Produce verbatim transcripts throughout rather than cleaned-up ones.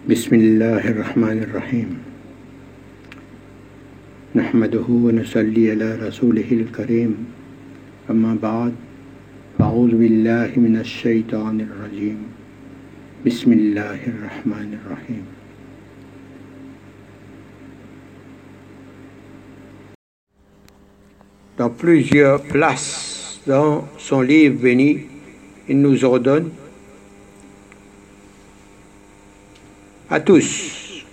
بسم الله الرحمن الرحيم نحمده ونصلي على رسوله الكريم أما بعد فأعوذ بالله من الشيطان الرجيم بسم الله الرحمن الرحيم. Dans plusieurs places dans son livre béni, il nous ordonne à tous,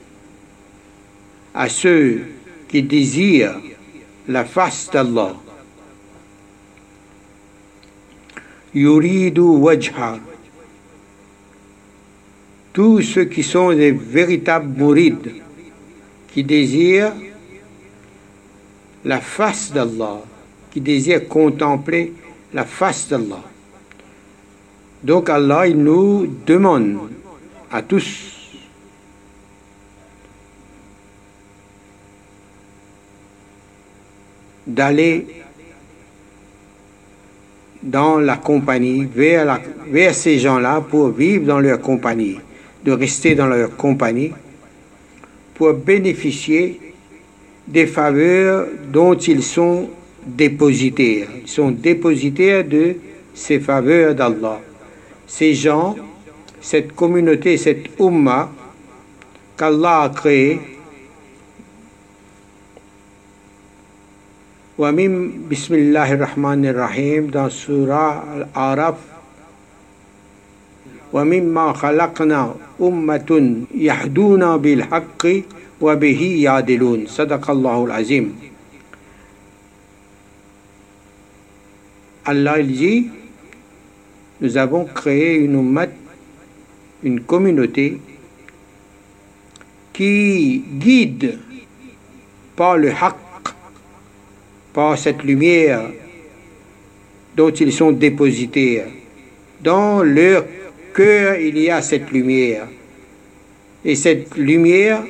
à ceux qui désirent la face d'Allah, yuridu wajha, tous ceux qui sont des véritables mourides, qui désirent la face d'Allah, qui désirent contempler la face d'Allah. Donc Allah, il nous demande à tous d'aller dans la compagnie, vers, la, vers ces gens-là pour vivre dans leur compagnie, de rester dans leur compagnie, pour bénéficier des faveurs dont ils sont dépositaires. Ils sont dépositaires de ces faveurs d'Allah. Ces gens, cette communauté, cette umma qu'Allah a créée, wa mim bismillahir rahmanir rahim dans surah Al-Araf, wa mimma khalaqna ummatun yahduna bil haqqi wa bihi yadilun. Sadaqallahu al-azim. Allah il dit, nous avons créé une ummat, une communauté qui guide par le haqq, par cette lumière dont ils sont dépositaires. Dans leur cœur, il y a cette lumière. Et cette lumière,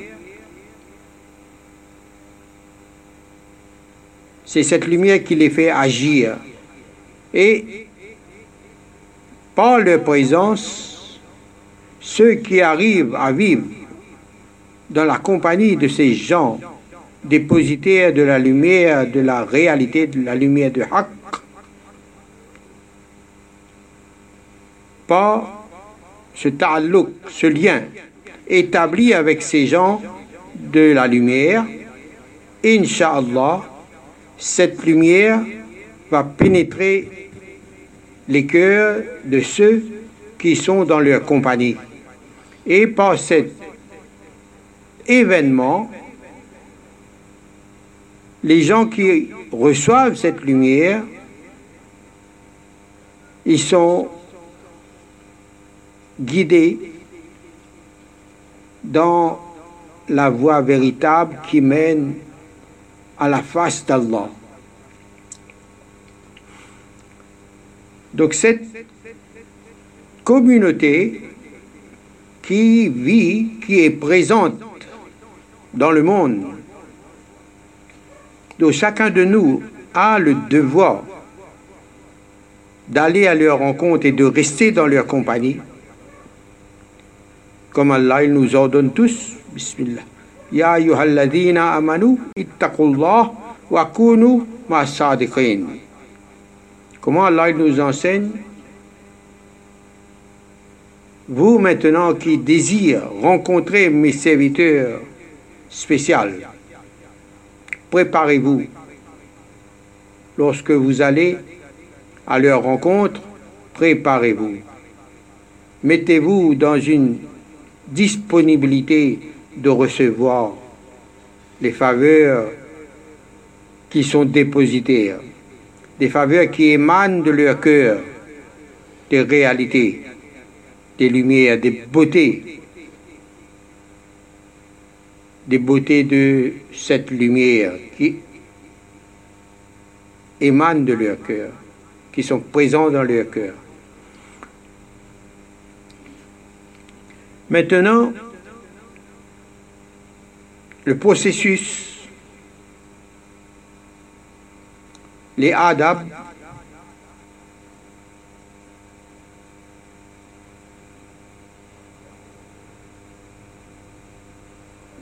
c'est cette lumière qui les fait agir. Et par leur présence, ceux qui arrivent à vivre dans la compagnie de ces gens dépositaires de la lumière, de la réalité, de la lumière de Haqq, par ce ta'alluq, ce lien établi avec ces gens de la lumière, Inch'Allah, cette lumière va pénétrer les cœurs de ceux qui sont dans leur compagnie. Et par cet événement, les gens qui reçoivent cette lumière, ils sont guidés dans la voie véritable qui mène à la face d'Allah. Donc cette communauté qui vit, qui est présente dans le monde, donc chacun de nous a le devoir d'aller à leur rencontre et de rester dans leur compagnie. Comme Allah il nous ordonne tous, Bismillah. Ya ayyuhalladhina amanu ittaqullah wa kunu ma'as-sadiqin. Comment Allah il nous enseigne? Vous maintenant qui désirez rencontrer mes serviteurs spéciaux, préparez-vous. Lorsque vous allez à leur rencontre, préparez-vous. Mettez-vous dans une disponibilité de recevoir les faveurs qui sont dépositaires, des faveurs qui émanent de leur cœur, des réalités, des lumières, des beautés, des beautés de cette lumière qui émanent de leur cœur, qui sont présents dans leur cœur. Maintenant, le processus, les adab,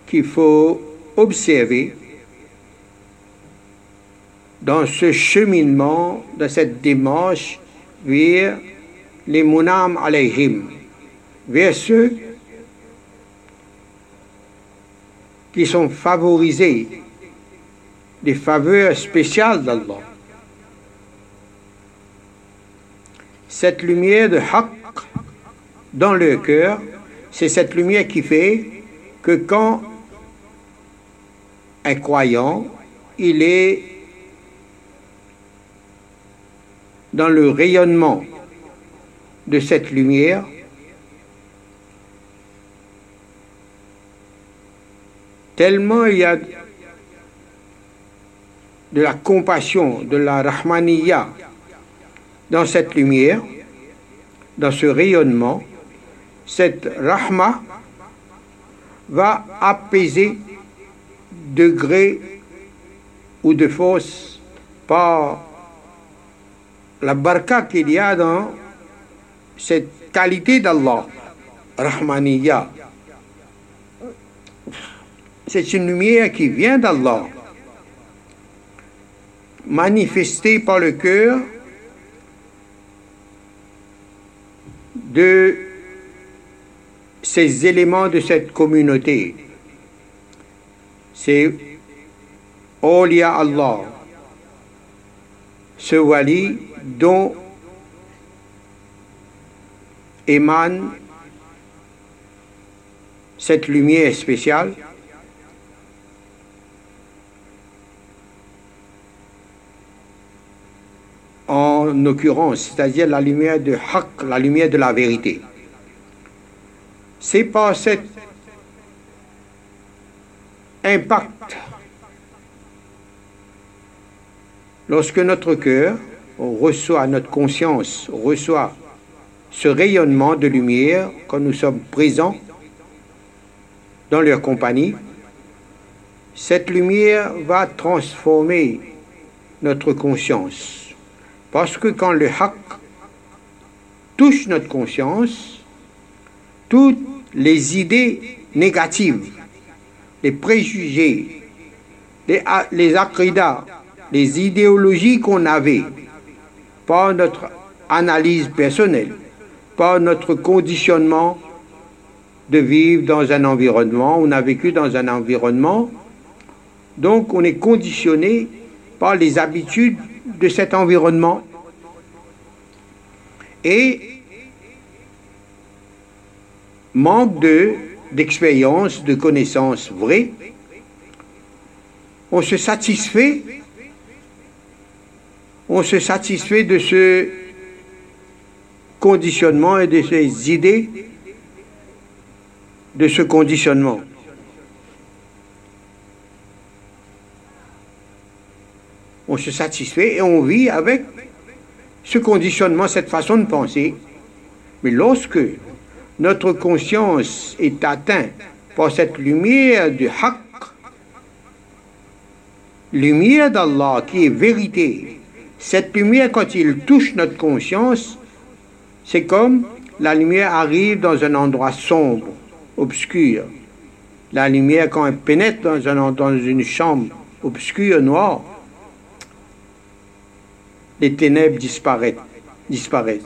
qu'il faut observer dans ce cheminement, dans cette démarche vers les munam alayhim, vers ceux qui sont favorisés des faveurs spéciales d'Allah. Cette lumière de haqq dans leur cœur, c'est cette lumière qui fait que quand un croyant, il est dans le rayonnement de cette lumière, tellement il y a de la compassion, de la rahmaniyya dans cette lumière, dans ce rayonnement, cette rahma va apaiser de gré ou de force par la baraka qu'il y a dans cette qualité d'Allah, rahmaniyya. C'est une lumière qui vient d'Allah, manifestée par le cœur de ces éléments de cette communauté. C'est Awliya Allah, ce wali dont émane cette lumière spéciale, en l'occurrence, c'est-à-dire la lumière de haqq, la lumière de la vérité. C'est par cet impact, lorsque notre cœur reçoit, notre conscience reçoit ce rayonnement de lumière, quand nous sommes présents dans leur compagnie, cette lumière va transformer notre conscience. Parce que quand le haqq touche notre conscience, toutes les idées négatives, les préjugés, les, les aqidas, les idéologies qu'on avait par notre analyse personnelle, par notre conditionnement de vivre dans un environnement, on a vécu dans un environnement, donc on est conditionné par les habitudes de cet environnement et manque de d'expérience, de connaissances vraies, on se satisfait on se satisfait de ce conditionnement et de ces idées de ce conditionnement. On se satisfait et on vit avec ce conditionnement, cette façon de penser. Mais lorsque notre conscience est atteinte par cette lumière du haqq, lumière d'Allah qui est vérité, cette lumière, quand il touche notre conscience, c'est comme la lumière arrive dans un endroit sombre, obscur. La lumière, quand elle pénètre dans, un, dans une chambre obscure, noire, les ténèbres disparaissent, disparaissent.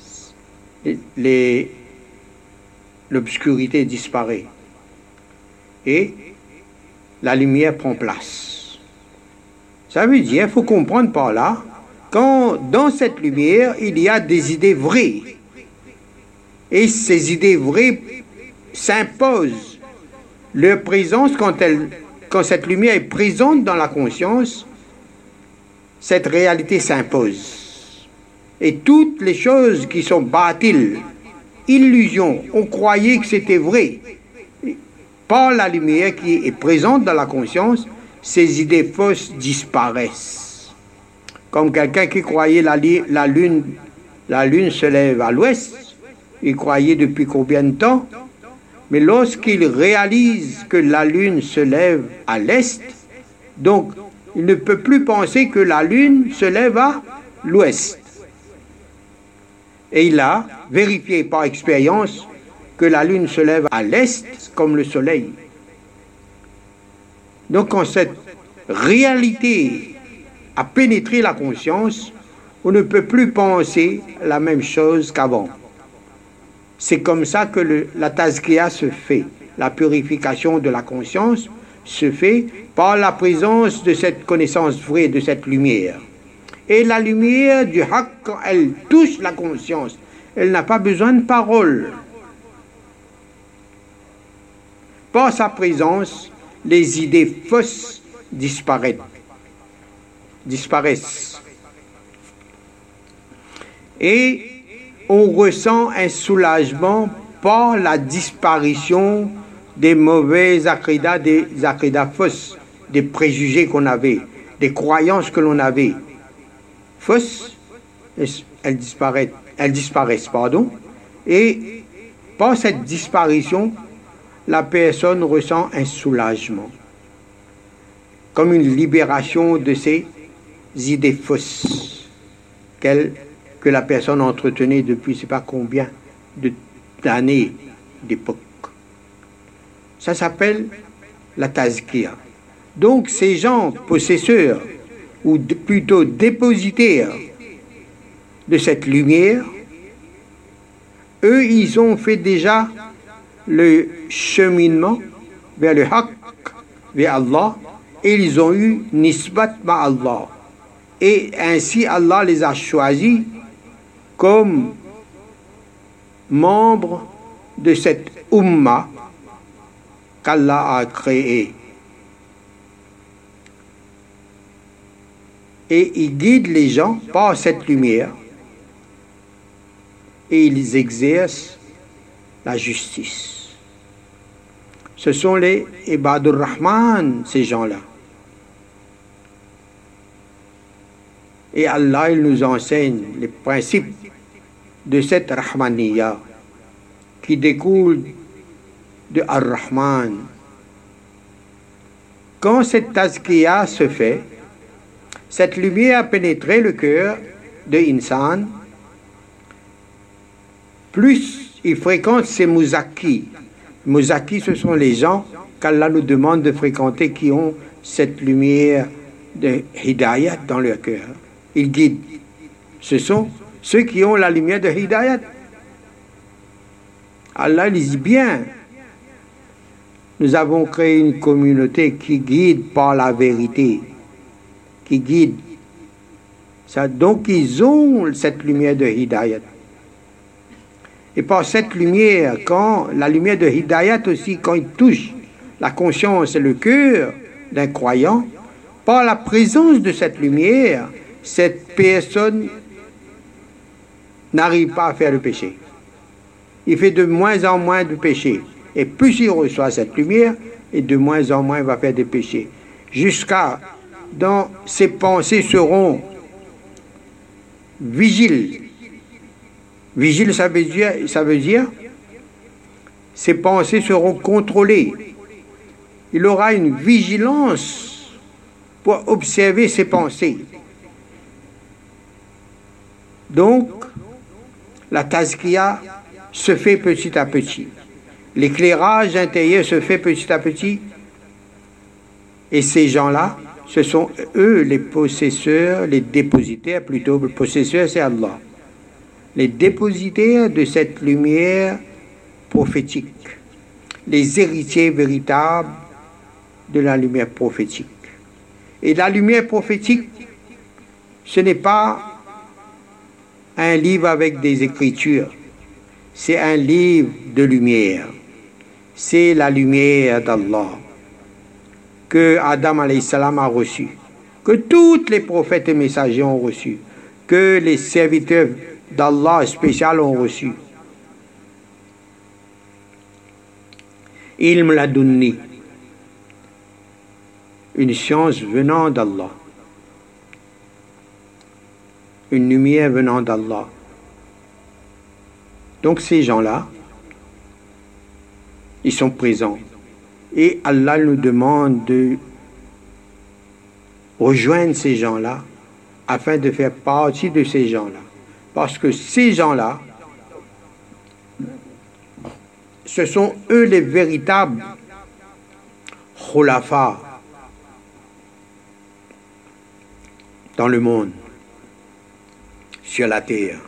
Les, l'obscurité disparaît. Et la lumière prend place. Ça veut dire, il faut comprendre par là, quand dans cette lumière, il y a des idées vraies. Et ces idées vraies s'imposent. Leur présence, quand, elle, quand cette lumière est présente dans la conscience, cette réalité s'impose. Et toutes les choses qui sont bâtilles, illusions, on croyait que c'était vrai. Par la lumière qui est présente dans la conscience, ces idées fausses disparaissent. Comme quelqu'un qui croyait la, la lune, la lune se lève à l'ouest, il croyait depuis combien de temps? Mais lorsqu'il réalise que la lune se lève à l'est, donc il ne peut plus penser que la lune se lève à l'ouest. Et il a vérifié par expérience que la lune se lève à l'est comme le soleil. Donc quand cette réalité a pénétré la conscience, on ne peut plus penser la même chose qu'avant. C'est comme ça que le, la tazkiya se fait. La purification de la conscience se fait par la présence de cette connaissance vraie, de cette lumière. Et la lumière du haqq, quand elle touche la conscience, elle n'a pas besoin de parole. Par sa présence, les idées fausses disparaissent. disparaissent. Et on ressent un soulagement par la disparition des mauvais aqidas, des aqidas fausses, des préjugés qu'on avait, des croyances que l'on avait fausses, elles disparaissent, elles disparaissent, pardon, et par cette disparition, la personne ressent un soulagement, comme une libération de ces idées fausses qu'elle, que la personne entretenait depuis je ne sais pas combien de, d'années, d'époques. Ça s'appelle la tazkiya. Donc ces gens possesseurs, ou de, plutôt dépositaires de cette lumière, eux, ils ont fait déjà le cheminement vers le haqq, vers Allah, et ils ont eu nisbat ma Allah. Et ainsi Allah les a choisis comme membres de cette umma qu'Allah a créée. Et il guide les gens par cette lumière et ils exercent la justice. Ce sont les Ibadur Rahman, ces gens-là. Et Allah, il nous enseigne les principes de cette Rahmaniyya qui découle de Ar-Rahman. Quand cette tazkiya se fait, cette lumière a pénétré le cœur de Insan, plus il fréquente ces Muzaki. Muzaki, ce sont les gens qu'Allah nous demande de fréquenter qui ont cette lumière de Hidayat dans leur cœur. Ils guident. Ce sont ceux qui ont la lumière de Hidayat. Allah les dit bien. Nous avons créé une communauté qui guide par la vérité. Qui guide. Ça, donc ils ont cette lumière de Hidayat. Et par cette lumière, quand la lumière de Hidayat aussi, quand il touche la conscience et le cœur d'un croyant, par la présence de cette lumière, cette personne n'arrive pas à faire le péché. Il fait de moins en moins de péchés. Et plus il reçoit cette lumière, et de moins en moins il va faire des péchés. Jusqu'à, dans ses pensées seront vigiles. Vigile, ça veut dire, ça veut dire, ses pensées seront contrôlées. Il aura une vigilance pour observer ses pensées. Donc, la tazkiya se fait petit à petit. L'éclairage intérieur se fait petit à petit. Et ces gens-là, ce sont eux les possesseurs, les dépositaires, plutôt le possesseur c'est Allah. Les dépositaires de cette lumière prophétique, les héritiers véritables de la lumière prophétique. Et la lumière prophétique, ce n'est pas un livre avec des écritures, c'est un livre de lumière. C'est la lumière d'Allah que Adam alayhi salam a reçu, que tous les prophètes et messagers ont reçu, que les serviteurs d'Allah spécial ont reçu. Ilm ladunni, une science venant d'Allah, une lumière venant d'Allah. Donc ces gens-là, ils sont présents. Et Allah nous demande de rejoindre ces gens-là afin de faire partie de ces gens-là. Parce que ces gens-là, ce sont eux les véritables khulafa, dans le monde, sur la terre.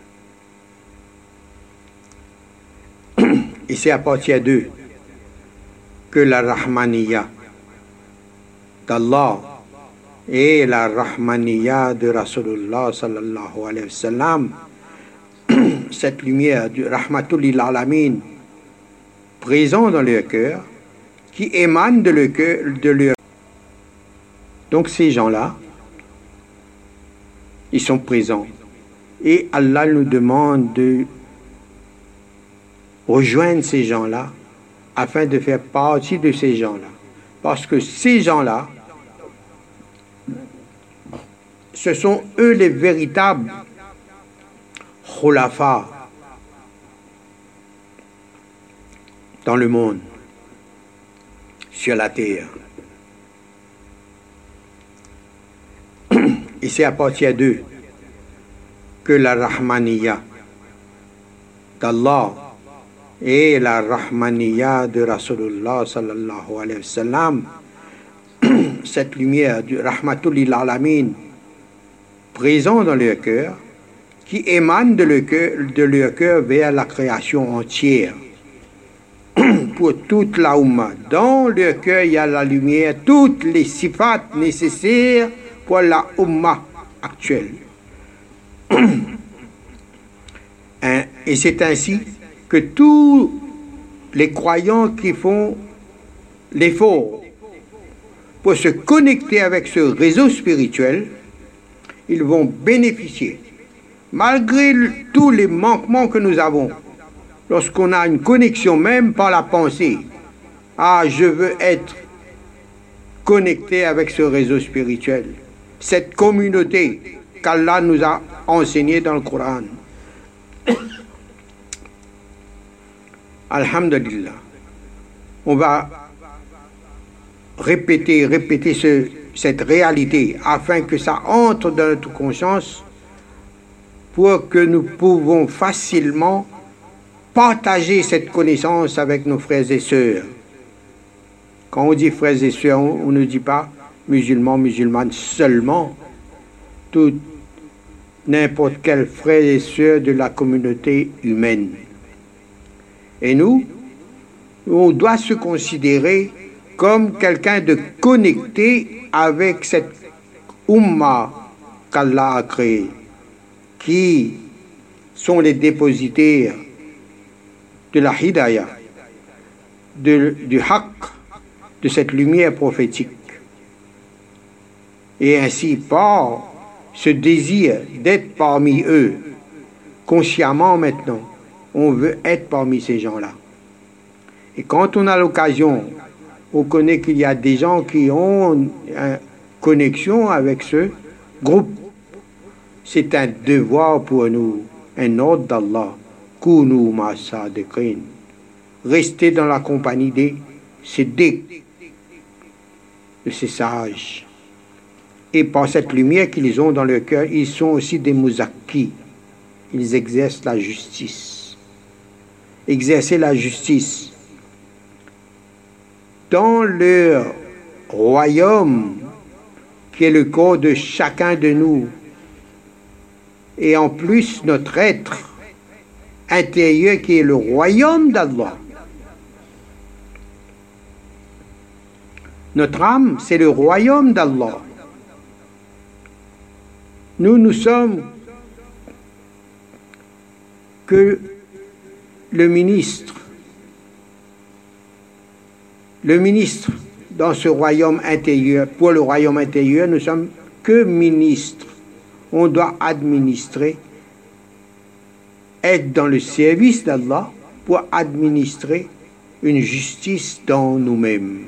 Et c'est à partir d'eux que la Rahmaniya d'Allah et la Rahmaniya de Rasulullah sallallahu alayhi wa sallam, cette lumière du Rahmatul lil Alamin présent dans leur cœur, qui émane de leur cœur, de leur. Donc ces gens-là, ils sont présents. Et Allah nous demande de rejoindre ces gens-là afin de faire partie de ces gens-là. Parce que ces gens-là, ce sont eux les véritables khulafa dans le monde, sur la terre. Et c'est à partir d'eux que la Rahmaniya d'Allah et la Rahmaniya de Rasulullah sallallahu alayhi wa sallam, cette lumière du Rahmatul lil Alamin présent dans leur cœur, qui émane de leur cœur, de leur cœur vers la création entière. Pour toute la Ummah. Dans leur cœur, il y a la lumière, toutes les sifat nécessaires pour la Ummah actuelle. Et c'est ainsi que tous les croyants qui font l'effort pour se connecter avec ce réseau spirituel, ils vont bénéficier, malgré tous les manquements que nous avons. Lorsqu'on a une connexion même par la pensée, ah, je veux être connecté avec ce réseau spirituel, cette communauté qu'Allah nous a enseignée dans le Coran. Alhamdulillah. On va répéter, répéter ce, cette réalité afin que ça entre dans notre conscience pour que nous pouvons facilement partager cette connaissance avec nos frères et sœurs. Quand on dit frères et sœurs, on, on ne dit pas musulmans, musulmanes seulement. Tout, n'importe quel frère et sœur de la communauté humaine. Et nous, on doit se considérer comme quelqu'un de connecté avec cette Ummah qu'Allah a créée, qui sont les dépositaires de la hidayah, de, du haqq, de cette lumière prophétique. Et ainsi, par ce désir d'être parmi eux, consciemment maintenant, on veut être parmi ces gens-là. Et quand on a l'occasion, on connaît qu'il y a des gens qui ont une connexion avec ce groupe. C'est un devoir pour nous, un ordre d'Allah. Kunu ma sadiqin. Restez dans la compagnie des siddiq, de ces sages. Et par cette lumière qu'ils ont dans leur cœur, ils sont aussi des muzakki. Ils exercent la justice. Exercer la justice dans leur royaume, qui est le corps de chacun de nous. Et en plus, notre être intérieur qui est le royaume d'Allah. Notre âme, c'est le royaume d'Allah. Nous, nous sommes que le ministre. Le ministre dans ce royaume intérieur. Pour le royaume intérieur, nous sommes que ministres. On doit administrer, être dans le service d'Allah pour administrer une justice dans nous-mêmes.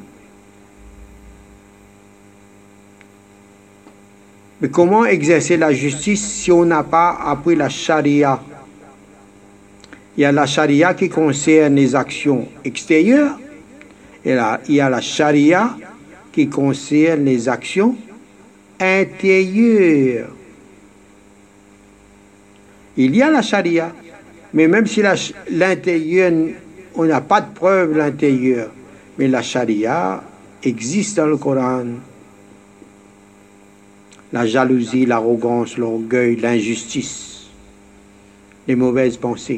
Mais comment exercer la justice si on n'a pas appris la charia? Il y a la charia qui concerne les actions extérieures et là, il y a la charia qui concerne les actions intérieures. Il y a la charia, mais même si l'intérieur, on n'a pas de preuve de l'intérieur, mais la charia existe dans le Coran. la jalousie, l'arrogance, l'orgueil, l'injustice, les mauvaises pensées.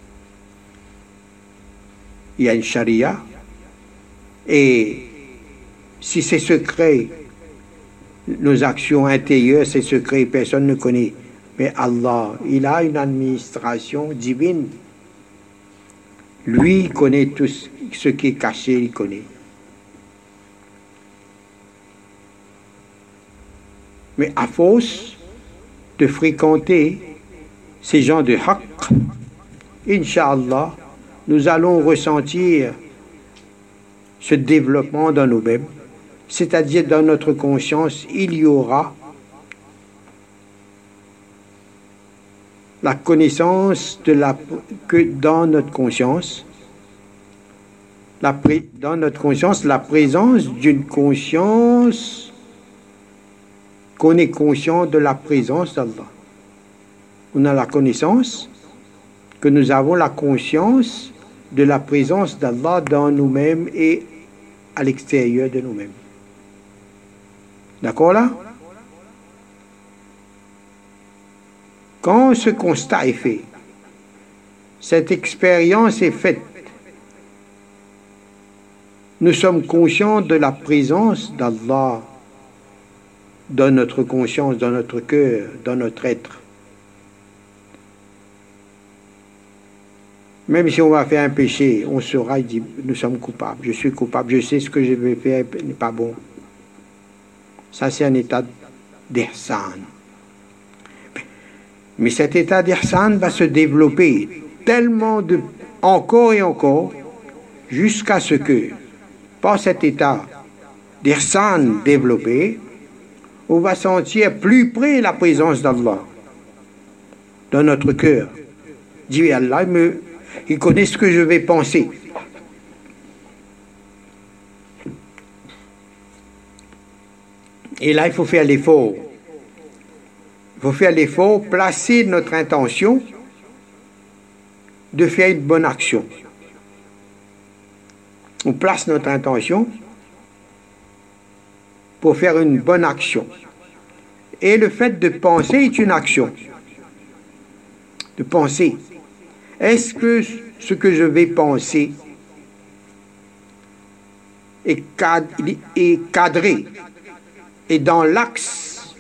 Il y a une charia, et si c'est secret, nos actions intérieures, c'est secret, personne ne connaît. Mais Allah, il a une administration divine. Lui, il connaît tout ce qui est caché, il connaît. Mais à force de fréquenter ces gens de haqq, Inch'Allah, nous allons ressentir ce développement dans nous-mêmes, c'est-à-dire dans notre conscience, il y aura la connaissance de la, que dans notre conscience, la, dans notre conscience, la présence d'une conscience qu'on est conscient de la présence d'Allah. On a la connaissance que nous avons la conscience de la présence d'Allah dans nous-mêmes et à l'extérieur de nous-mêmes. D'accord là? Quand ce constat est fait, cette expérience est faite, nous sommes conscients de la présence d'Allah dans notre conscience, dans notre cœur, dans notre être. Même si on va faire un péché, on saura, il dit, nous sommes coupables, je suis coupable, je sais ce que je vais faire n'est pas bon. Ça, c'est un état d'ihsan. Mais cet état d'ihsan va se développer tellement de, encore et encore, jusqu'à ce que, par cet état d'ihsan développé, on va sentir plus près la présence d'Allah dans notre cœur. Dit Allah, il, me, il connaît ce que je vais penser. Et là, il faut faire l'effort. Il faut faire l'effort, placer notre intention de faire une bonne action. On place notre intention pour faire une bonne action. Et le fait de penser est une action. De penser. Est-ce que ce que je vais penser est cadré et dans l'axe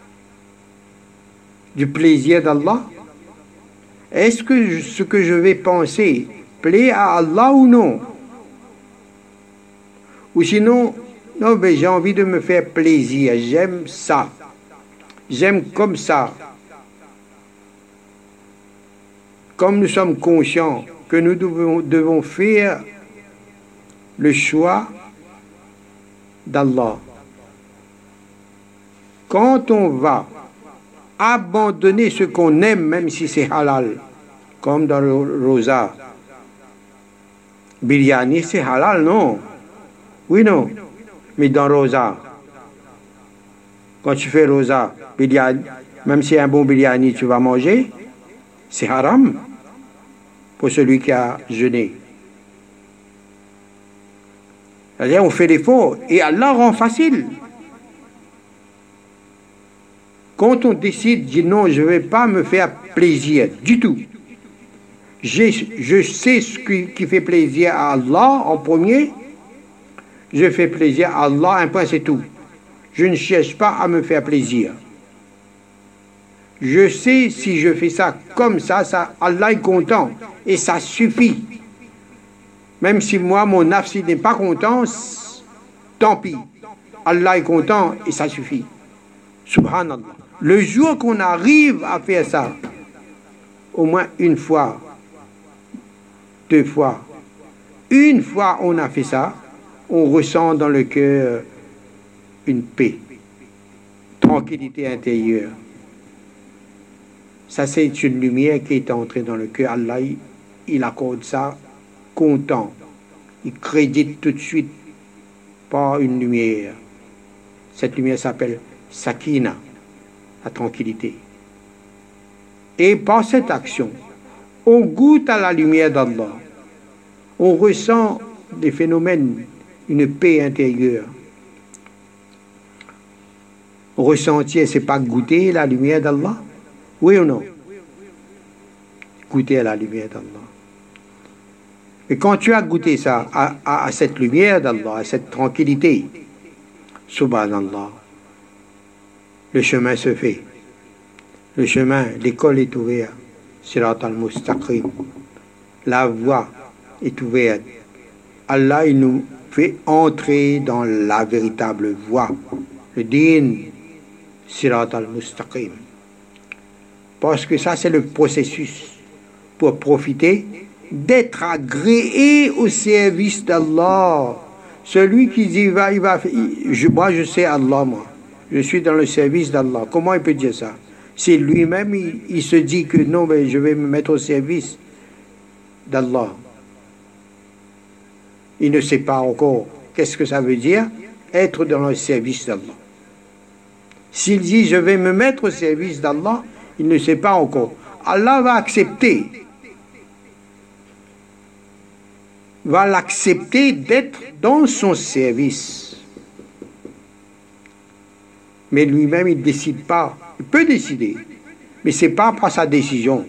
du plaisir d'Allah? Est-ce que ce que je vais penser plaît à Allah ou non? Ou sinon, non, mais j'ai envie de me faire plaisir, j'aime ça, j'aime comme ça. Comme nous sommes conscients que nous devons, devons faire le choix d'Allah. Quand on va abandonner ce qu'on aime, même si c'est halal, comme dans le rosa, biryani c'est halal, non? Oui, non? Mais dans rosa, quand tu fais rosa, biryani, même si c'est un bon biryani, tu vas manger, c'est haram pour celui qui a jeûné. C'est-à-dire, on fait l'effort et Allah rend facile. Quand on décide, dit non, je ne vais pas me faire plaisir du tout. J'ai, je sais ce qui, qui fait plaisir à Allah en premier. Je fais plaisir à Allah, un point c'est tout. Je ne cherche pas à me faire plaisir. Je sais si je fais ça comme ça, ça Allah est content et ça suffit. Même si moi, mon nafsi n'est pas content, tant pis. Allah est content et ça suffit. Subhanallah. Le jour qu'on arrive à faire ça, au moins une fois, deux fois, une fois on a fait ça, on ressent dans le cœur une paix, tranquillité intérieure. Ça, c'est une lumière qui est entrée dans le cœur. Allah, il accorde ça content. Il crédite tout de suite par une lumière. Cette lumière s'appelle Sakina, la tranquillité. Et par cette action, on goûte à la lumière d'Allah. On ressent des phénomènes, une paix intérieure. ressentir, c'est pas goûter la lumière d'Allah? Oui ou non? Goûter à la lumière d'Allah. Et quand tu as goûté ça, à, à, à cette lumière d'Allah, à cette tranquillité, subhanallah, le chemin se fait. Le chemin, l'école est ouverte. Sirat al-Mustaqim. La voie est ouverte. Allah, il nous fait entrer dans la véritable voie. Le din, Sirat al-Mustaqim. Parce que ça, c'est le processus pour profiter d'être agréé au service d'Allah. Celui qui dit, va, il va, il, je, moi je sais Allah, moi. Je suis dans le service d'Allah. Comment il peut dire ça? C'est lui-même, il, il se dit que non, mais je vais me mettre au service d'Allah. Il ne sait pas encore qu'est-ce que ça veut dire, être dans le service d'Allah. S'il dit, je vais me mettre au service d'Allah, il ne sait pas encore. Allah va accepter, va l'accepter d'être dans son service. Mais lui-même, il ne décide pas. Il peut décider, mais ce n'est pas par sa décision.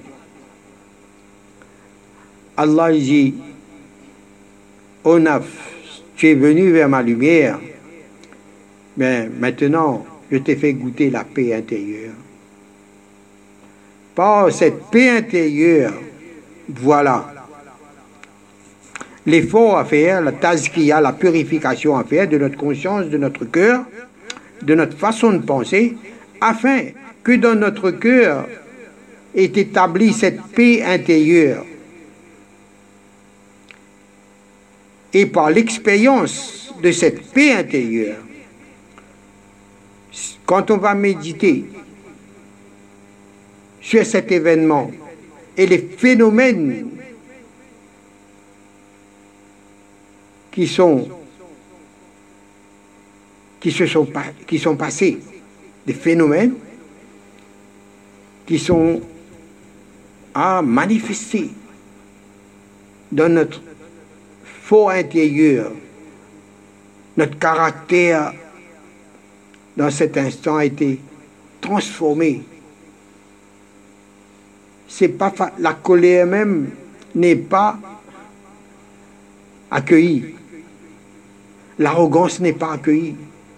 Allah il dit, ô Naf, tu es venu vers ma lumière, mais maintenant, je t'ai fait goûter la paix intérieure. Par cette paix intérieure, voilà l'effort à faire, la tazkiya, la purification à faire de notre conscience, de notre cœur, de notre façon de penser, afin que dans notre cœur est établie cette paix intérieure. Et par l'expérience de cette paix intérieure, quand on va méditer sur cet événement et les phénomènes qui sont qui se sont qui sont passés, des phénomènes qui sont à manifester dans notre fort intérieur, notre caractère dans cet instant a été transformé. C'est pas la colère même n'est pas accueillie. L'arrogance n'est pas accueillie.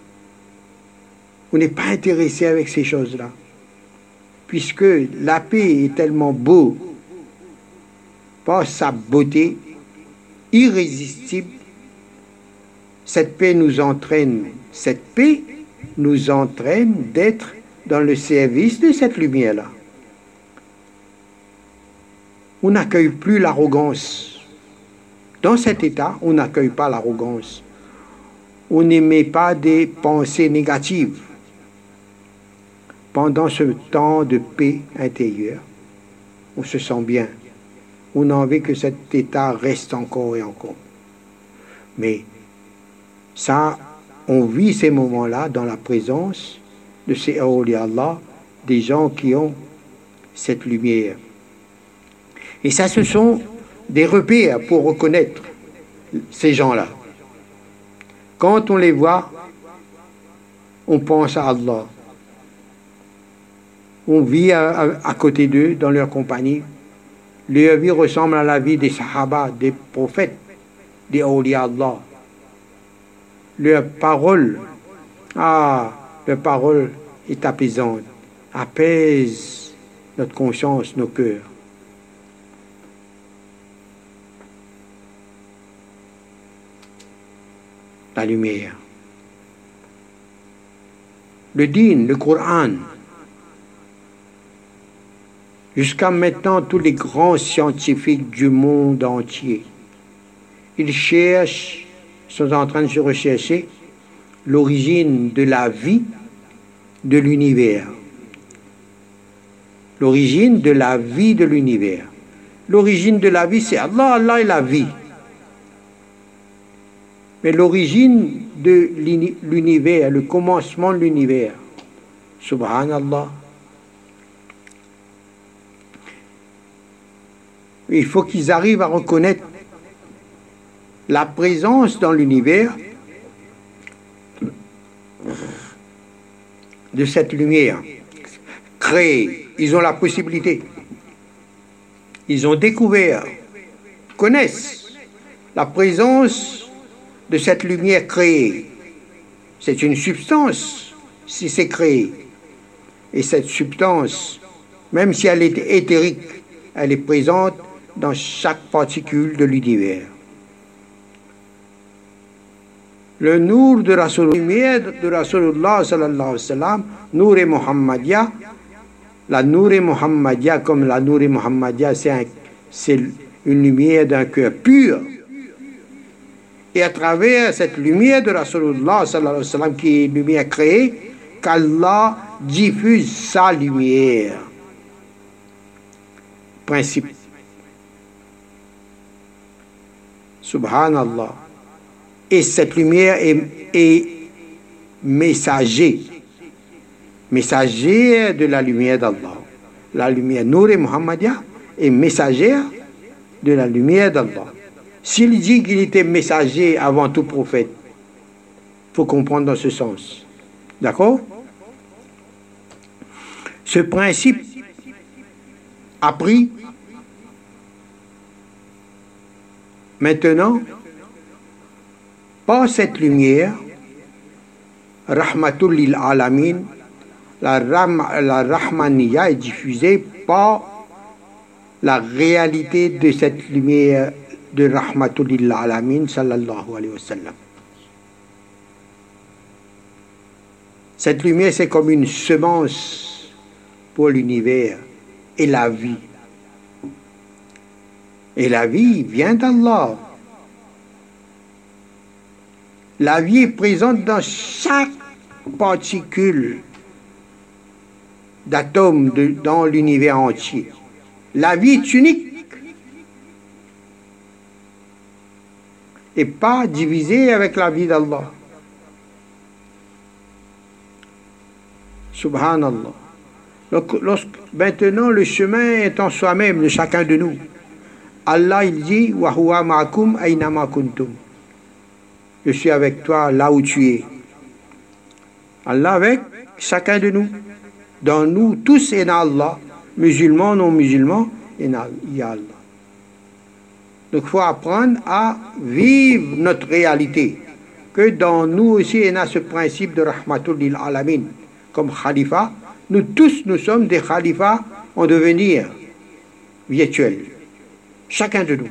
On n'est pas intéressé avec ces choses-là. Puisque la paix est tellement beau par sa beauté irrésistible, cette paix nous entraîne, cette paix nous entraîne d'être dans le service de cette lumière-là. On n'accueille plus l'arrogance. Dans cet état, on n'accueille pas l'arrogance. On n'émet pas des pensées négatives. Pendant ce temps de paix intérieure, on se sent bien. On a envie que cet état reste encore et encore. Mais ça, on vit ces moments-là dans la présence de ces awliya Allah, des gens qui ont cette lumière. Et ça, ce sont des repères pour reconnaître ces gens-là. Quand on les voit, on pense à Allah. On vit à, à, à côté d'eux, dans leur compagnie. Leur vie ressemble à la vie des sahaba, des prophètes, des awliya Allah. Leur parole, ah, leur parole est apaisante, apaise notre conscience, nos cœurs. La lumière. Le din, le Coran. Jusqu'à maintenant, tous les grands scientifiques du monde entier, ils cherchent, sont en train de se rechercher l'origine de la vie de l'univers. L'origine de la vie de l'univers. L'origine de la vie, c'est Allah, Allah est la vie. Mais l'origine de l'univers, le commencement de l'univers, subhanallah, il faut qu'ils arrivent à reconnaître la présence dans l'univers de cette lumière créée, ils ont la possibilité, ils ont découvert, connaissent la présence de cette lumière créée. C'est une substance si c'est créé. Et cette substance, même si elle est éthérique, elle est présente dans chaque particule de l'univers. Le nour de Rasulullah, lumière de Rasulullah sallallahu alayhi wa sallam, nour et Muhammadiyya, la nour et Muhammadiyya, comme la nour et Muhammadiyya, c'est une lumière d'un cœur pur. Et à travers cette lumière de Rasulullah sallallahu alayhi wa sallam, qui est une lumière créée, qu'Allah diffuse sa lumière. Principe. Subhanallah. Et cette lumière est, est messager, messager de la lumière d'Allah. La lumière Nour et Muhammadiyya est messagère de la lumière d'Allah. S'il dit qu'il était messager avant tout prophète, il faut comprendre dans ce sens. D'accord? Ce principe a pris maintenant par cette lumière, Rahmatul lil Alamin, la, Ram, la Rahmaniya est diffusée par la réalité de cette lumière de Rahmatul lil Alamin sallallahu alayhi wa sallam. Cette lumière, c'est comme une semence pour l'univers et la vie. Et la vie vient d'Allah. La vie est présente dans chaque particule d'atomes dans l'univers entier. La vie est unique et pas divisée avec la vie d'Allah. Subhanallah. Donc, lorsque, maintenant, le chemin est en soi-même de chacun de nous. Allah, il dit, wa huwa ma'akum aynama kuntum. Je suis avec toi là où tu es. Allah avec chacun de nous. Dans nous tous et dans Allah. Musulmans, non musulmans, et dans Allah. Donc il faut apprendre à vivre notre réalité. Que dans nous aussi, il y a ce principe de Rahmatul lil Alamin. Comme khalifa, nous tous, nous sommes des khalifas en devenir virtuels. Chacun de nous.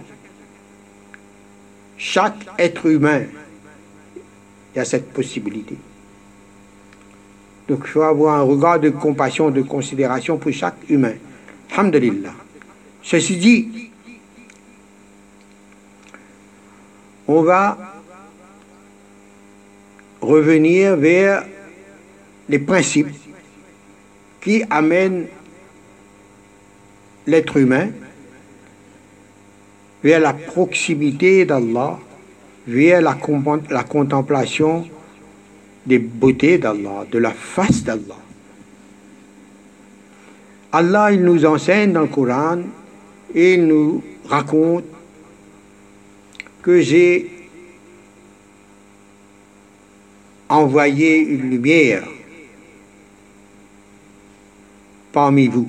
Chaque être humain. Il y a cette possibilité. Donc il faut avoir un regard de compassion, de considération pour chaque humain. Alhamdulillah. Ceci dit, on va revenir vers les principes qui amènent l'être humain vers la proximité d'Allah, vers la, la contemplation des beautés d'Allah, de la face d'Allah. Allah, il nous enseigne dans le Coran et il nous raconte que j'ai envoyé une lumière parmi vous.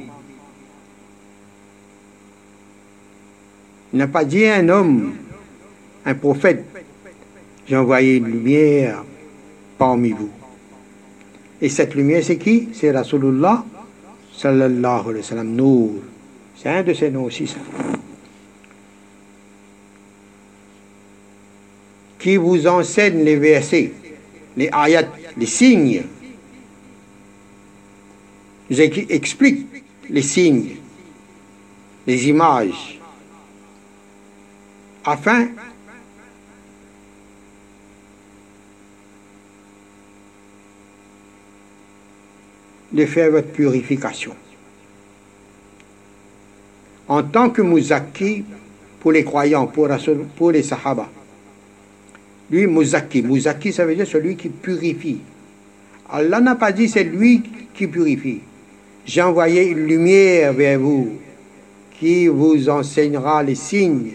Il n'a pas dit un homme, un prophète, j'ai envoyé une lumière parmi vous. Et cette lumière, c'est qui? C'est Rasulullah sallallahu alayhi wa sallam, Nour. C'est un de ses noms aussi, ça. Qui vous enseigne les versets, les ayats, les signes. Vous explique les signes, les images, afin de faire votre purification. En tant que Muzaki pour les croyants, pour, pour les Sahaba. Lui, Muzaki. Muzaki, ça veut dire celui qui purifie. Allah n'a pas dit c'est lui qui purifie. J'ai envoyé une lumière vers vous qui vous enseignera les signes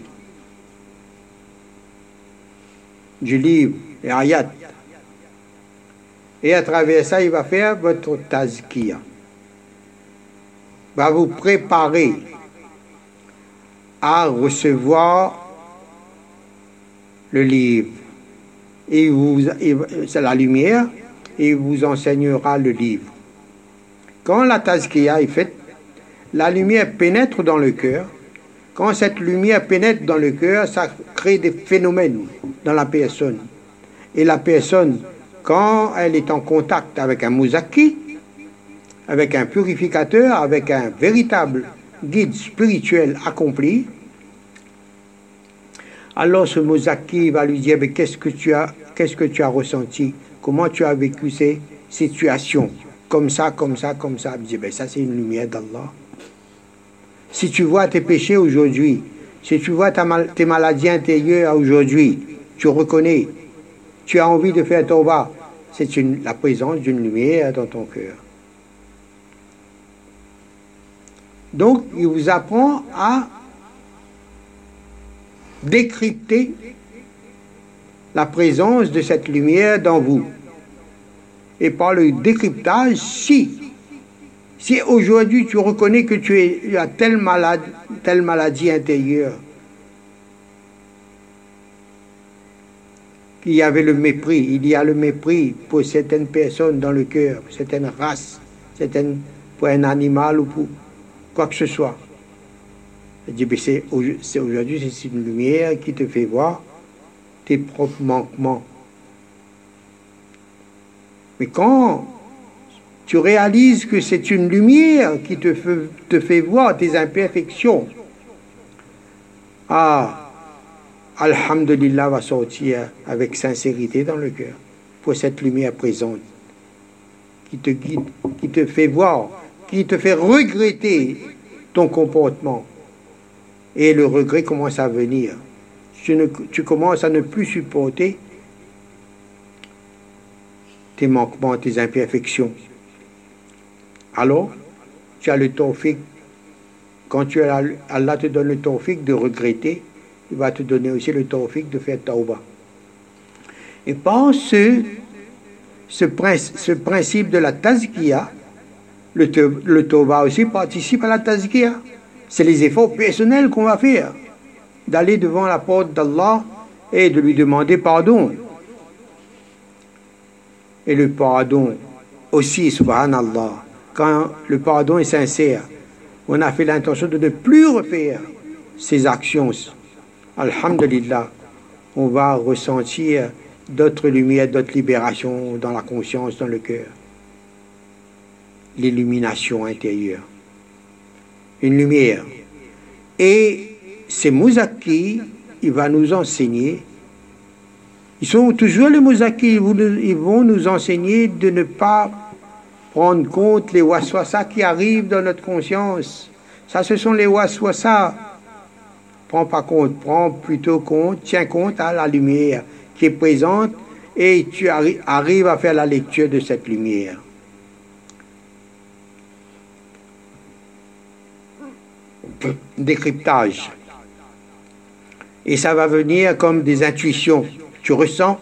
du livre, les ayats. Et à travers ça, il va faire votre tazkiya. Va vous préparer à recevoir le livre. Et vous, c'est la lumière, et il vous enseignera le livre. Quand la tazkiya est faite, la lumière pénètre dans le cœur. Quand cette lumière pénètre dans le cœur, ça crée des phénomènes dans la personne. Et la personne, quand elle est en contact avec un muzakki, avec un purificateur, avec un véritable guide spirituel accompli, alors ce muzakki va lui dire, mais qu'est-ce que tu as, qu'est-ce que tu as ressenti, comment tu as vécu ces situations, comme ça, comme ça, comme ça. Il dit, ben ça c'est une lumière d'Allah. Si tu vois tes péchés aujourd'hui, si tu vois ta mal, tes maladies intérieures aujourd'hui, tu reconnais, tu as envie de faire tawbah, c'est une, la présence d'une lumière dans ton cœur. Donc, il vous apprend à décrypter la présence de cette lumière dans vous. Et par le décryptage, si, si aujourd'hui tu reconnais que tu, es, tu as telle, malade, telle maladie intérieure, qu'il y avait le mépris, il y a le mépris pour certaines personnes dans le cœur, pour certaines races, certaines, pour un animal ou pour quoi que ce soit. Il dit, c'est aujourd'hui, c'est une lumière qui te fait voir tes propres manquements. Mais quand tu réalises que c'est une lumière qui te fait, te fait voir tes imperfections, ah, Alhamdulillah va sortir avec sincérité dans le cœur pour cette lumière présente qui te guide, qui te fait voir, qui te fait regretter ton comportement. Et le regret commence à venir. Tu, ne, tu commences à ne plus supporter tes manquements, tes imperfections. Alors, tu as le tawfiq. Quand tu as, Allah te donne le tawfiq de regretter, il va te donner aussi le tawfiq de faire tawbah. Et par ce, ce, principe, ce principe de la tazkiya, le, le tawbah aussi participe à la tazkiya. C'est les efforts personnels qu'on va faire, d'aller devant la porte d'Allah et de lui demander pardon. Et le pardon aussi, subhanallah, quand le pardon est sincère, on a fait l'intention de ne plus refaire ces actions. Alhamdulillah, on va ressentir d'autres lumières, d'autres libérations dans la conscience, dans le cœur. L'illumination intérieure. Une lumière. Et ces muzakki, il va nous enseigner, ils sont toujours les muzakki, ils vont nous enseigner de ne pas prendre compte les waswasa qui arrivent dans notre conscience. Ça, ce sont les waswasa. Prends pas compte, prends plutôt compte, tiens compte à la lumière qui est présente et tu arri- arrives à faire la lecture de cette lumière. Décryptage. Et ça va venir comme des intuitions. Tu ressens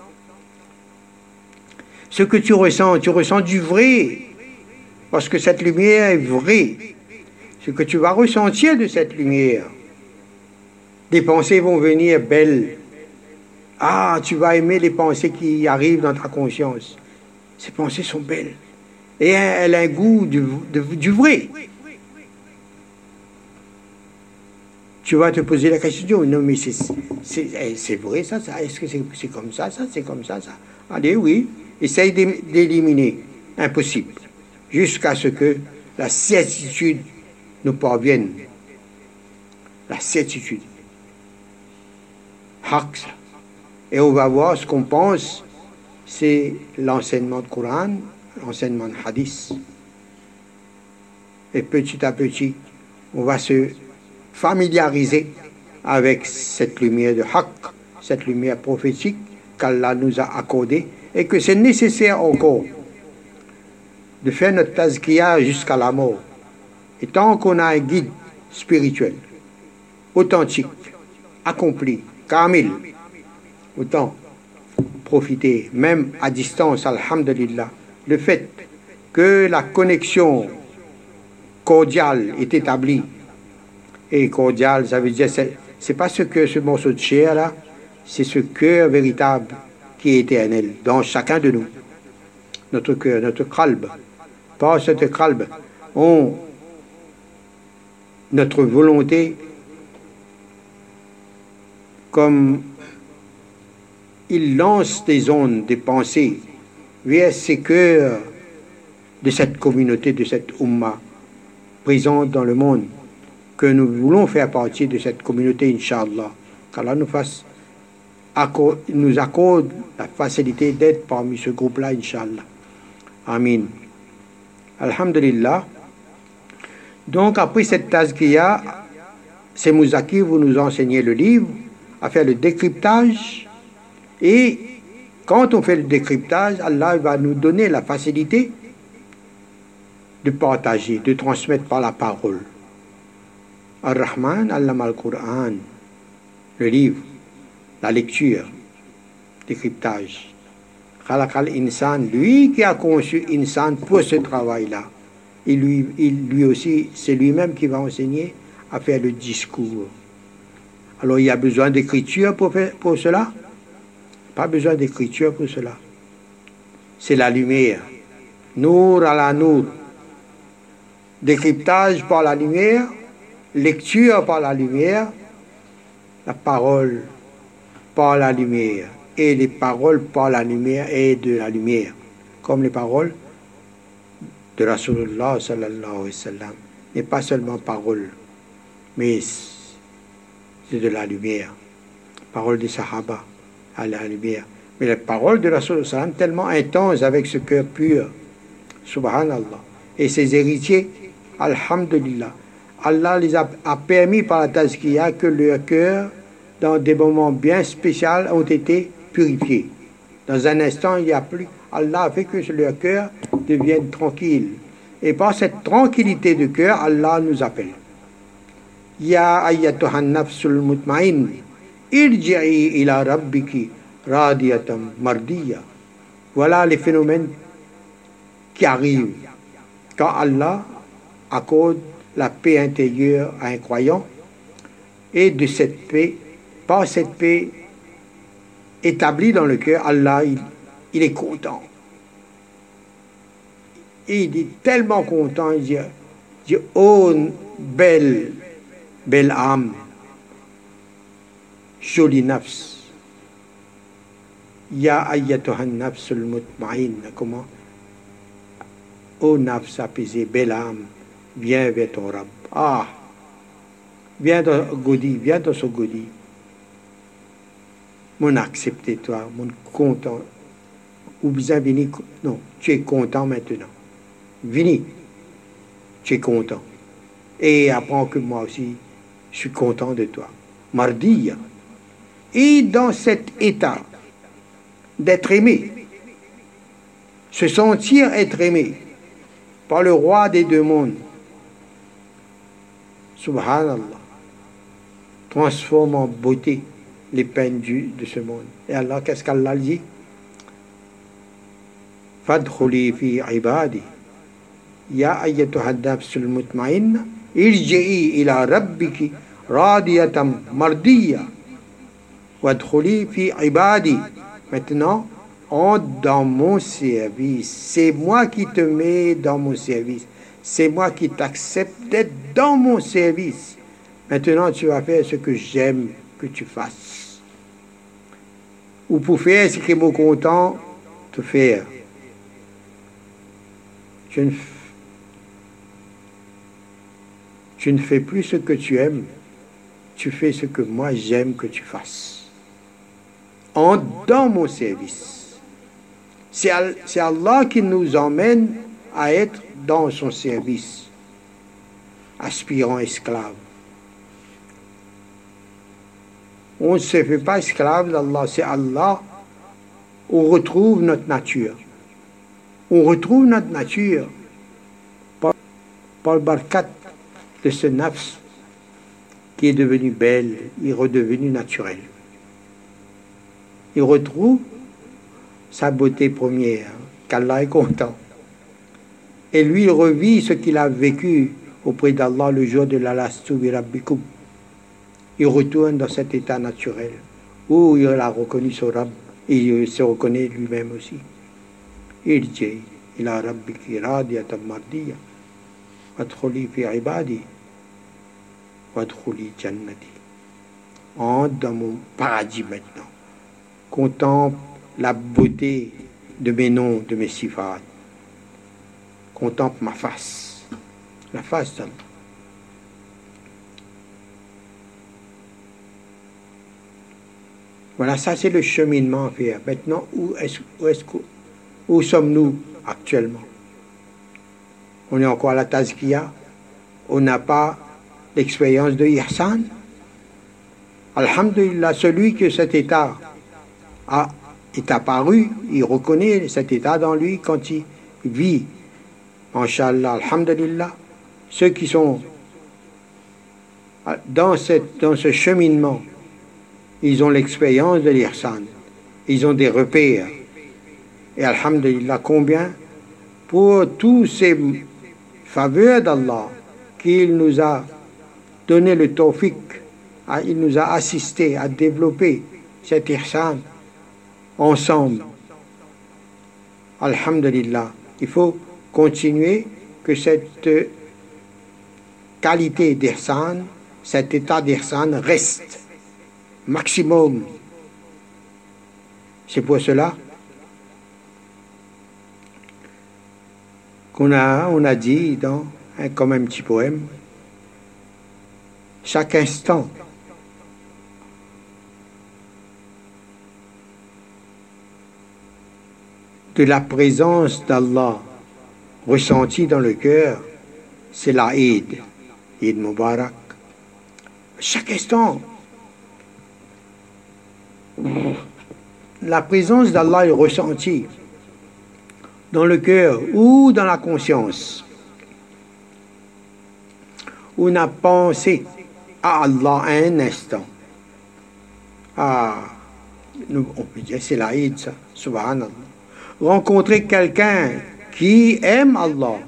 ce que tu ressens, tu ressens du vrai, parce que cette lumière est vraie. Ce que tu vas ressentir de cette lumière, des pensées vont venir belles. Ah, tu vas aimer les pensées qui arrivent dans ta conscience. Ces pensées sont belles. Et elles ont un goût du, de, du vrai. Tu vas te poser la question, non mais c'est vrai ça, ça est-ce que c'est comme ça, ça, c'est comme ça, ça. Allez, oui, essaye d'éliminer. Impossible. Jusqu'à ce que la certitude nous parvienne. La certitude. Haq. Et on va voir ce qu'on pense, c'est l'enseignement du Coran, l'enseignement du Hadith. Et petit à petit, on va se familiariser avec cette lumière de Haq, cette lumière prophétique qu'Allah nous a accordée et que c'est nécessaire encore de faire notre tazkiya jusqu'à la mort. Et tant qu'on a un guide spirituel, authentique, accompli, kamil, autant profiter, même à distance, alhamdulillah. Le fait que la connexion cordiale est établie, et cordiale, ça veut dire, c'est, c'est pas ce que ce morceau de chair là, c'est ce cœur véritable qui est éternel dans chacun de nous. Notre cœur, notre qalb. Par cette qalb, on, notre volonté, comme il lance des ondes, des pensées vers ces cœurs de cette communauté, de cette Ummah présente dans le monde, que nous voulons faire partie de cette communauté, Inch'Allah, qu'Allah nous fasse accorde, nous accorde la facilité d'être parmi ce groupe-là, Inch'Allah. Amin. Alhamdulillah. Donc, après cette tazkiya, c'est Mouzaki, vous nous enseignez le livre, à faire le décryptage. Et quand on fait le décryptage, Allah va nous donner la facilité de partager, de transmettre par la parole. Ar-Rahman, Allama al-Qur'an, le livre, la lecture, décryptage. Khalaq al-Insan, lui qui a conçu Insan pour ce travail-là. Et lui, il, lui aussi, c'est lui-même qui va enseigner à faire le discours. Alors il y a besoin d'écriture pour, faire, pour cela? Pas besoin d'écriture pour cela. C'est la lumière. Nour à la nour. Décryptage par la lumière, lecture par la lumière, la parole par la lumière. Et les paroles par la lumière et de la lumière. Comme les paroles de Rasulullah sallallahu alayhi wa sallam. Et pas seulement paroles, mais c'est de la lumière. Parole des Sahaba à la lumière. Mais les paroles de Rasulullah sallallahu alayhi wa sallam tellement intenses avec ce cœur pur. Subhanallah. Et ses héritiers, alhamdulillah. Allah les a, a permis par la tazkiya que leur cœur, dans des moments bien spéciaux, ont été purifiés. Dans un instant, il n'y a plus. Allah a fait que leur cœur devienne tranquille. Et par cette tranquillité de cœur, Allah nous appelle. Ya ayyatuhan nafsul mutmain, irji'i ila rabbiki radiyatam mardiya. Voilà les phénomènes qui arrivent quand Allah accorde la paix intérieure à un croyant, et de cette paix, par cette paix établie dans le cœur, Allah, il, il est content. Et il est tellement content, il dit, il dit oh, belle, belle âme, jolie nafs, ya ayyatuhan nafsul mutmain, comment? Oh nafs apaisée, belle âme, viens vers ton Rabb. Ah, viens dans Godi, viens dans ce Godi. Mon accepté toi, mon content. Ou bien vini, non, tu es content maintenant. Vini, tu es content. Et apprends que moi aussi, je suis content de toi. Mardiya. Et dans cet état d'être aimé, se sentir être aimé par le roi des deux mondes, Subhanallah, transforme en beauté les peines du, de ce monde. Et Allah, qu'est-ce qu'Allah dit? Fadkhuli fi ibadi, ya ayyatuha nafsul mutmainna, irji'i ila rabbiki radiyatam mardiya, wadkhuli fi ibadi. Maintenant, entre dans mon service. C'est moi qui te mets dans mon service. C'est moi qui t'accepte d'être dans mon service. Maintenant, tu vas faire ce que j'aime que tu fasses. Ou pour faire ce qui est mon content, te faire. Tu ne, tu ne fais plus ce que tu aimes. Tu fais ce que moi j'aime que tu fasses. Entre dans mon service. C'est Allah qui nous emmène à être dans son service, aspirant esclave. On ne se fait pas esclave d'Allah, c'est Allah. On retrouve notre nature. On retrouve notre nature par, par le barkat de ce nafs qui est devenu belle, il est redevenu naturel. Il retrouve sa beauté première, qu'Allah est content. Et lui, il revit ce qu'il a vécu auprès d'Allah le jour de l'Alastu bi Rabbikum. Il retourne dans cet état naturel où il a reconnu son Rabb et il se reconnaît lui-même aussi. Irji ila rabbiki radiyatan mardiya wadkhuli fi ibadi wadkhuli jannati. Entre dans mon paradis maintenant. Contemple la beauté de mes noms, de mes sifats. Contemple ma face. La face d'Allah. Voilà, ça c'est le cheminement à faire. Maintenant, où, est-ce, où, est-ce, où sommes-nous actuellement? On est encore à la Tazkiya. On n'a pas l'expérience de Ihsan. Alhamdulillah, celui que cet état a, est apparu, il reconnaît cet état dans lui quand il vit. Inch'Allah, alhamdulillah, ceux qui sont dans, cette, dans ce cheminement, ils ont l'expérience de l'Ihsan. Ils ont des repères. Et alhamdulillah, combien pour tous ces faveurs d'Allah qu'il nous a donné le tawfiq, il nous a assisté à développer cet Ihsan ensemble. Alhamdulillah. Il faut continuer que cette qualité d'Ihsan, cet état d'Ihsan reste maximum. C'est pour cela qu'on a, on a dit dans un, comme un petit poème, chaque instant de la présence d'Allah ressentie dans le cœur, c'est la Eid, Eid Mubarak. Chaque instant, la présence d'Allah est ressentie dans le cœur ou dans la conscience. On a pensé à Allah un instant. Ah, nous, on peut dire c'est la Eid, ça, subhanallah. Rencontrer quelqu'un qui aime Allah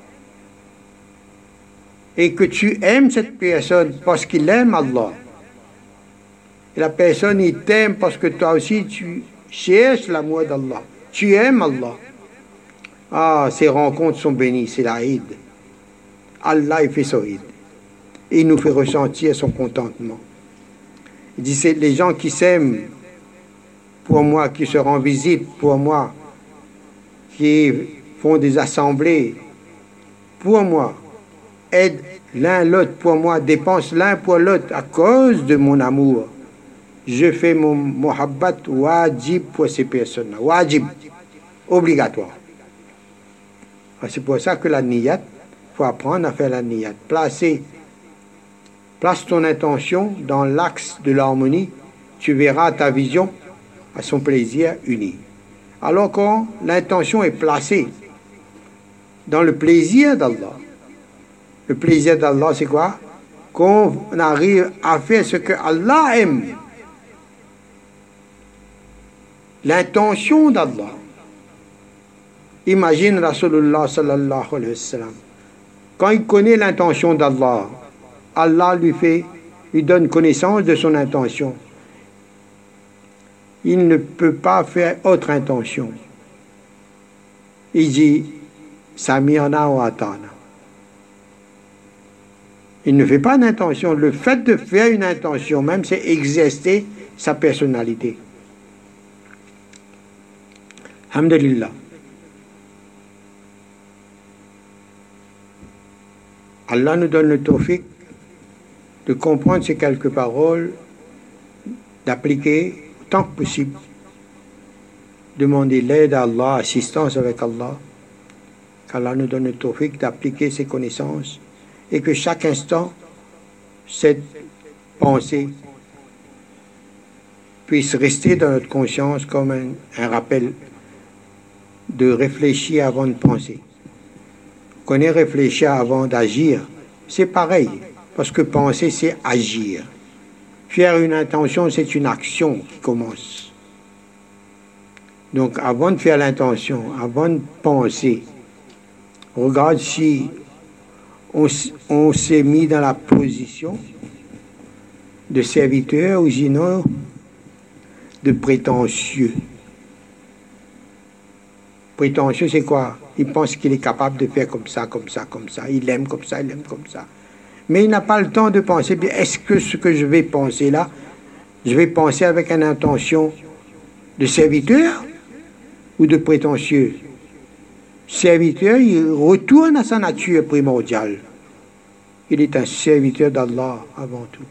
et que tu aimes cette personne parce qu'il aime Allah. Et la personne, il t'aime parce que toi aussi, tu cherches l'amour d'Allah. Tu aimes Allah. Ah, ces rencontres sont bénies, c'est la Eid. Allah, il fait son Eid. Et il nous fait ressentir son contentement. Il dit, c'est les gens qui s'aiment pour moi, qui se rendent visite pour moi, qui font des assemblées pour moi, aident l'un l'autre pour moi, dépensent l'un pour l'autre à cause de mon amour. Je fais mon muhabbat wajib pour ces personnes-là. Wajib, obligatoire. C'est pour ça que la niyat, il faut apprendre à faire la niyat. Placer, place ton intention dans l'axe de l'harmonie, tu verras ta vision à son plaisir uni. Alors quand l'intention est placée dans le plaisir d'Allah, le plaisir d'Allah c'est quoi? Qu'on arrive à faire ce que Allah aime. L'intention d'Allah. Imagine Rasulullah sallallahu alayhi wa sallam. Quand il connaît l'intention d'Allah, Allah lui fait, lui donne connaissance de son intention. Il ne peut pas faire autre intention. Il dit, Samirna wa atana. Il ne fait pas d'intention. Le fait de faire une intention même, c'est exercer sa personnalité. Alhamdulillah. Allah nous donne le tawfiq de comprendre ces quelques paroles, d'appliquer autant que possible, demander l'aide à Allah, assistance avec Allah, qu'Allah nous donne le tawfiq d'appliquer ses connaissances et que chaque instant, cette pensée puisse rester dans notre conscience comme un, un rappel de réfléchir avant de penser. Qu'on ait réfléchi avant d'agir, c'est pareil, parce que penser, c'est agir. Faire une intention, c'est une action qui commence. Donc, avant de faire l'intention, avant de penser, regarde si on, on s'est mis dans la position de serviteur ou sinon de prétentieux. Prétentieux, c'est quoi? Il pense qu'il est capable de faire comme ça, comme ça, comme ça. Il aime comme ça, il aime comme ça. Mais il n'a pas le temps de penser, est-ce que ce que je vais penser là, je vais penser avec une intention de serviteur ou de prétentieux? Serviteur, il retourne à sa nature primordiale. Il est un serviteur d'Allah avant tout.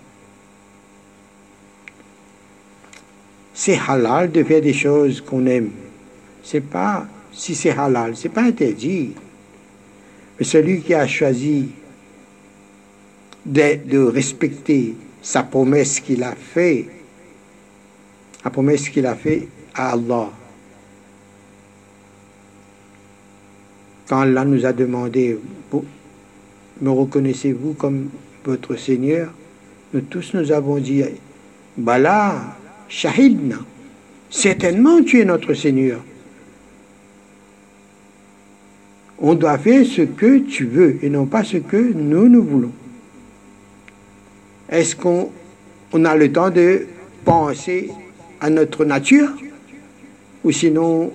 C'est halal de faire des choses qu'on aime. C'est pas, si c'est halal, c'est pas interdit. Mais celui qui a choisi de, de respecter sa promesse qu'il a fait, la promesse qu'il a fait à Allah. Quand Allah nous a demandé, me reconnaissez-vous comme votre Seigneur? Nous tous nous avons dit, Bala, Shahidna, certainement tu es notre Seigneur. On doit faire ce que tu veux et non pas ce que nous, nous voulons. Est-ce qu'on on a le temps de penser à notre nature ou sinon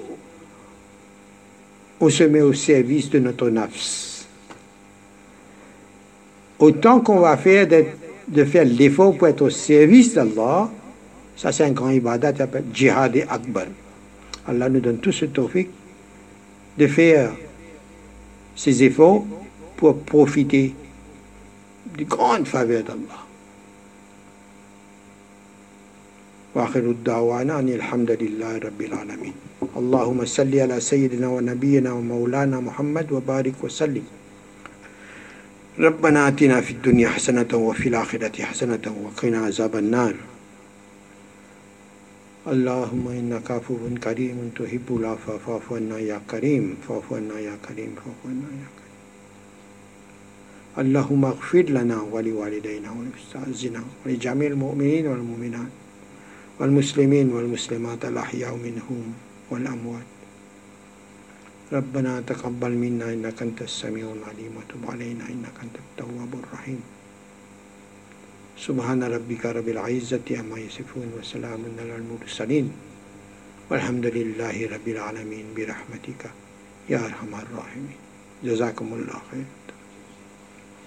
on se met au service de notre nafs? Autant qu'on va faire de, de faire l'effort pour être au service d'Allah, ça c'est un grand ibadat qui s'appelle Jihad Akbar. Allah nous donne tout ce tawfiq de faire ces efforts pour profiter des grandes faveurs d'Allah. وآخر الدعوانا أن الحمد لله رب العالمين اللهم صل على سيدنا ونبينا ومولانا محمد وبارك وسلم ربنا آتنا في الدنيا حسنة وفي الآخرة حسنة وقنا عذاب النار اللهم إنك عفو كريم تحب العفو فاعف عنا يا كريم فاعف عنا يا كريم فاعف عنا يا كريم اللهم اغفر لنا ولوالدينا ولأستاذنا ولجميع المؤمنين والمؤمنات والمسلمين والمسلمات الأحياء منهم والأموات ربنا تقبل منا إنك أنت السميع العليم وتب علينا إنك أنت التواب الرحيم سبحان ربك رب العزة عما يصفون وسلام على المرسلين والحمد لله رب العالمين برحمتك يا أرحم الراحمين جزاكم الله خير.